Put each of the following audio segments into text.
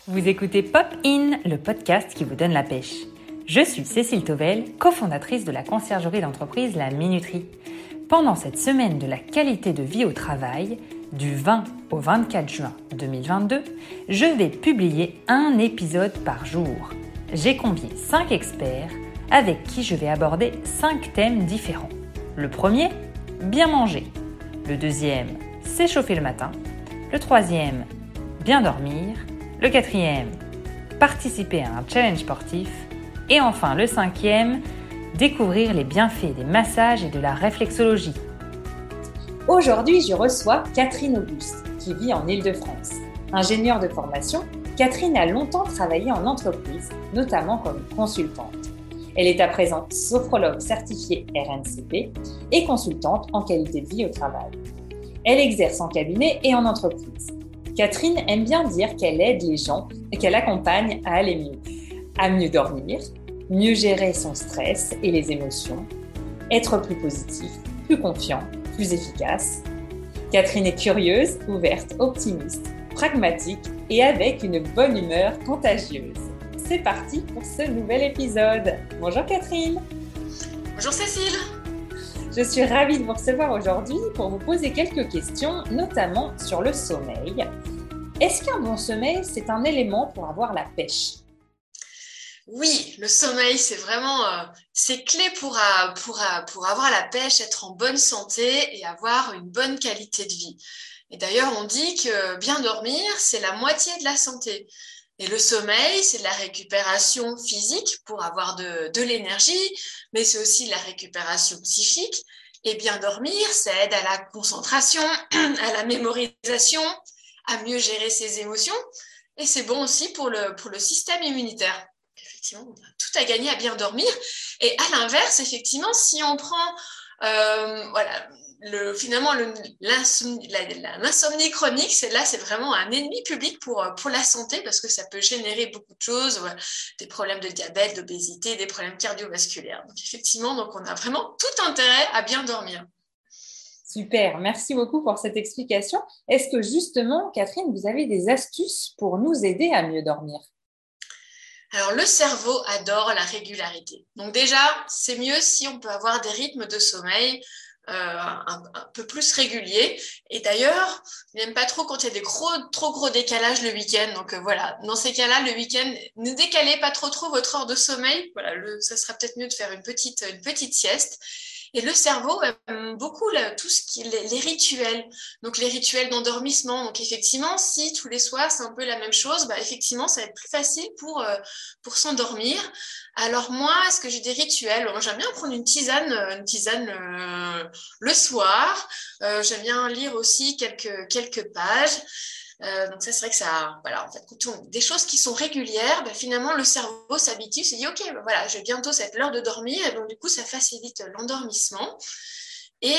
Vous écoutez Pop In, le podcast qui vous donne la pêche. Je suis Cécile Tauvel, cofondatrice de la conciergerie d'entreprise La Minuterie. Pendant cette semaine de la qualité de vie au travail, du 20 au 24 juin 2022, je vais publier un épisode par jour. J'ai convié 5 experts avec qui je vais aborder 5 thèmes différents. Le premier, bien manger. Le deuxième, s'échauffer le matin. Le troisième, bien dormir. Le quatrième, participer à un challenge sportif. Et enfin, le cinquième, découvrir les bienfaits des massages et de la réflexologie. Aujourd'hui, je reçois Catherine Auguste, qui vit en Île-de-France. Ingénieure de formation, Catherine a longtemps travaillé en entreprise, notamment comme consultante. Elle est à présent sophrologue certifiée RNCP et consultante en qualité de vie au travail. Elle exerce en cabinet et en entreprise. Catherine aime bien dire qu'elle aide les gens et qu'elle accompagne à aller mieux. À mieux dormir, mieux gérer son stress et les émotions, être plus positif, plus confiant, plus efficace. Catherine est curieuse, ouverte, optimiste, pragmatique et avec une bonne humeur contagieuse. C'est parti pour ce nouvel épisode. Bonjour Catherine. Bonjour Cécile. Je suis ravie de vous recevoir aujourd'hui pour vous poser quelques questions, notamment sur le sommeil. Est-ce qu'un bon sommeil, c'est un élément pour avoir la pêche ? Oui, le sommeil, c'est vraiment c'est clé pour avoir la pêche, être en bonne santé et avoir une bonne qualité de vie. Et d'ailleurs, on dit que bien dormir, c'est la moitié de la santé. Et le sommeil, c'est de la récupération physique pour avoir de l'énergie, mais c'est aussi de la récupération psychique. Et bien dormir, ça aide à la concentration, à la mémorisation, à mieux gérer ses émotions. Et c'est bon aussi pour le système immunitaire. Effectivement, on a tout à gagner à bien dormir. Et à l'inverse, effectivement, si on prend l'insomnie chronique, c'est vraiment un ennemi public pour la santé parce que ça peut générer beaucoup de choses, des problèmes de diabète, d'obésité, des problèmes cardiovasculaires. Donc effectivement, on a vraiment tout intérêt à bien dormir. Super, merci beaucoup pour cette explication. Est-ce que justement, Catherine, vous avez des astuces pour nous aider à mieux dormir ? Alors, le cerveau adore la régularité. Donc déjà, c'est mieux si on peut avoir des rythmes de sommeil un peu plus réguliers. Et d'ailleurs, il n'aime pas trop quand il y a des trop gros décalages le week-end. Donc voilà, dans ces cas-là, le week-end, ne décalez pas trop votre heure de sommeil. Voilà, ça sera peut-être mieux de faire une petite sieste. Et le cerveau aime beaucoup tout ce qui est les rituels, donc les rituels d'endormissement. Donc effectivement, si tous les soirs c'est un peu la même chose, effectivement ça va être plus facile pour s'endormir. Alors moi, est-ce que j'ai des rituels ? Moi, j'aime bien prendre une tisane le soir. J'aime bien lire aussi quelques pages. Donc ça, c'est vrai que ça, voilà, en fait, des choses qui sont régulières, finalement, le cerveau s'habitue, se dit, ok, voilà, je vais bientôt cette l'heure de dormir, et donc du coup, ça facilite l'endormissement. Et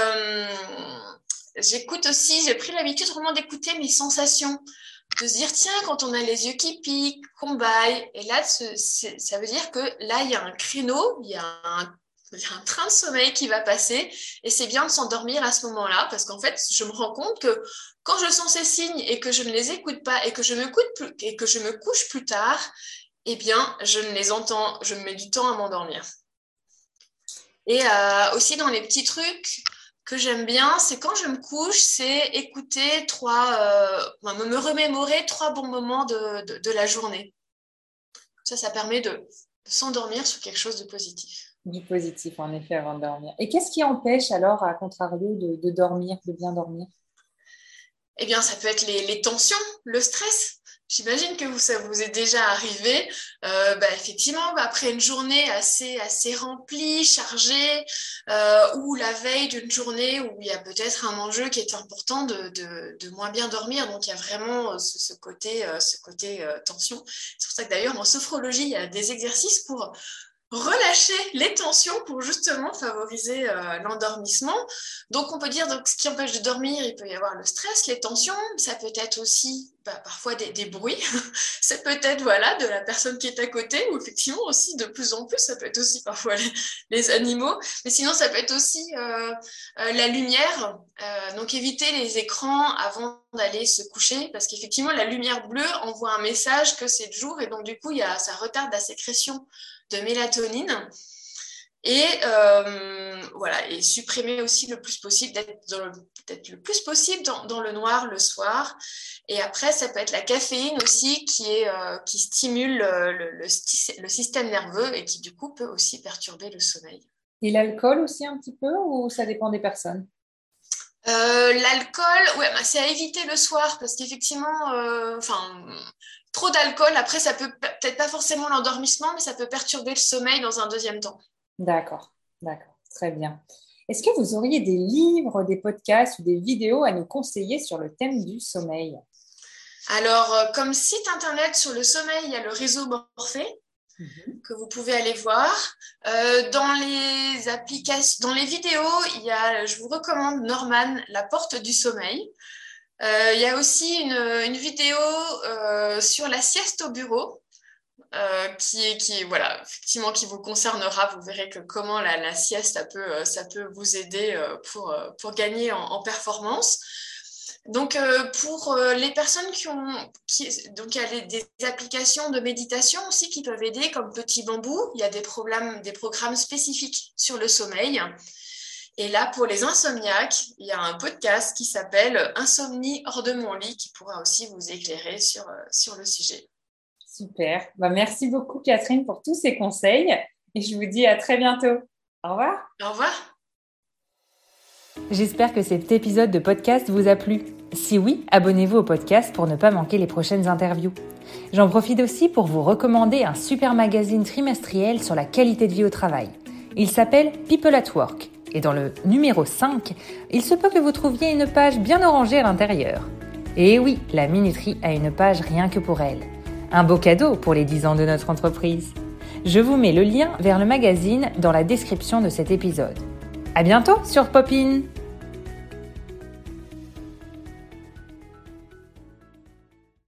j'ai pris l'habitude vraiment d'écouter mes sensations, de se dire, tiens, quand on a les yeux qui piquent, qu'on baille, et là, ça veut dire que là, il y a un créneau, il y a un train de sommeil qui va passer et c'est bien de s'endormir à ce moment-là parce qu'en fait, je me rends compte que quand je sens ces signes et que je ne les écoute pas et que je me couche plus tard, eh bien, je ne les entends, je mets du temps à m'endormir. Et aussi dans les petits trucs que j'aime bien, c'est quand je me couche, c'est écouter me remémorer 3 bons moments de la journée. Ça permet de s'endormir sur quelque chose de positif. Du positif, en effet, avant de dormir. Et qu'est-ce qui empêche alors, à contrario, de dormir, de bien dormir ? Eh bien, ça peut être les tensions, le stress. J'imagine que ça vous est déjà arrivé. Effectivement, après une journée assez remplie, chargée, ou la veille d'une journée où il y a peut-être un enjeu qui est important de moins bien dormir. Donc, il y a vraiment ce côté tension. C'est pour ça que d'ailleurs, en sophrologie, il y a des exercices pour relâcher les tensions pour justement favoriser l'endormissement. Donc, on peut dire donc, ce qui empêche de dormir, il peut y avoir le stress, les tensions, ça peut être aussi parfois des bruits, ça peut être de la personne qui est à côté, ou effectivement aussi de plus en plus, ça peut être aussi parfois les animaux, mais sinon ça peut être aussi la lumière, donc éviter les écrans avant d'aller se coucher, parce qu'effectivement la lumière bleue envoie un message que c'est le jour, et donc du coup ça retarde la sécrétion de mélatonine. Et et supprimer aussi le plus possible, d'être le plus possible dans le noir le soir. Et après, ça peut être la caféine aussi qui stimule le système nerveux et qui du coup peut aussi perturber le sommeil. Et l'alcool aussi un petit peu, ou ça dépend des personnes? L'alcool, c'est à éviter le soir parce qu'effectivement, trop d'alcool, après, ça peut peut-être pas forcément l'endormissement, mais ça peut perturber le sommeil dans un deuxième temps. D'accord, très bien. Est-ce que vous auriez des livres, des podcasts ou des vidéos à nous conseiller sur le thème du sommeil? Alors, comme site internet sur le sommeil, il y a le réseau Morphée que vous pouvez aller voir. Dans les applications, dans les vidéos, je vous recommande Norman, La porte du sommeil. Il y a aussi une vidéo sur la sieste au bureau. Effectivement, qui vous concernera. Vous verrez comment la sieste, ça peut vous aider pour gagner en performance. Donc, pour les personnes donc il y a des applications de méditation aussi qui peuvent aider, comme Petit Bambou. Il y a des programmes spécifiques sur le sommeil. Et là, pour les insomniaques, il y a un podcast qui s'appelle Insomnie hors de mon lit qui pourra aussi vous éclairer sur le sujet. Super. Merci beaucoup, Catherine, pour tous ces conseils. Et je vous dis à très bientôt. Au revoir. Au revoir. J'espère que cet épisode de podcast vous a plu. Si oui, abonnez-vous au podcast pour ne pas manquer les prochaines interviews. J'en profite aussi pour vous recommander un super magazine trimestriel sur la qualité de vie au travail. Il s'appelle People at Work. Et dans le numéro 5, il se peut que vous trouviez une page bien orangée à l'intérieur. Et oui, la minuterie a une page rien que pour elle. Un beau cadeau pour les 10 ans de notre entreprise. Je vous mets le lien vers le magazine dans la description de cet épisode. À bientôt sur Pop In!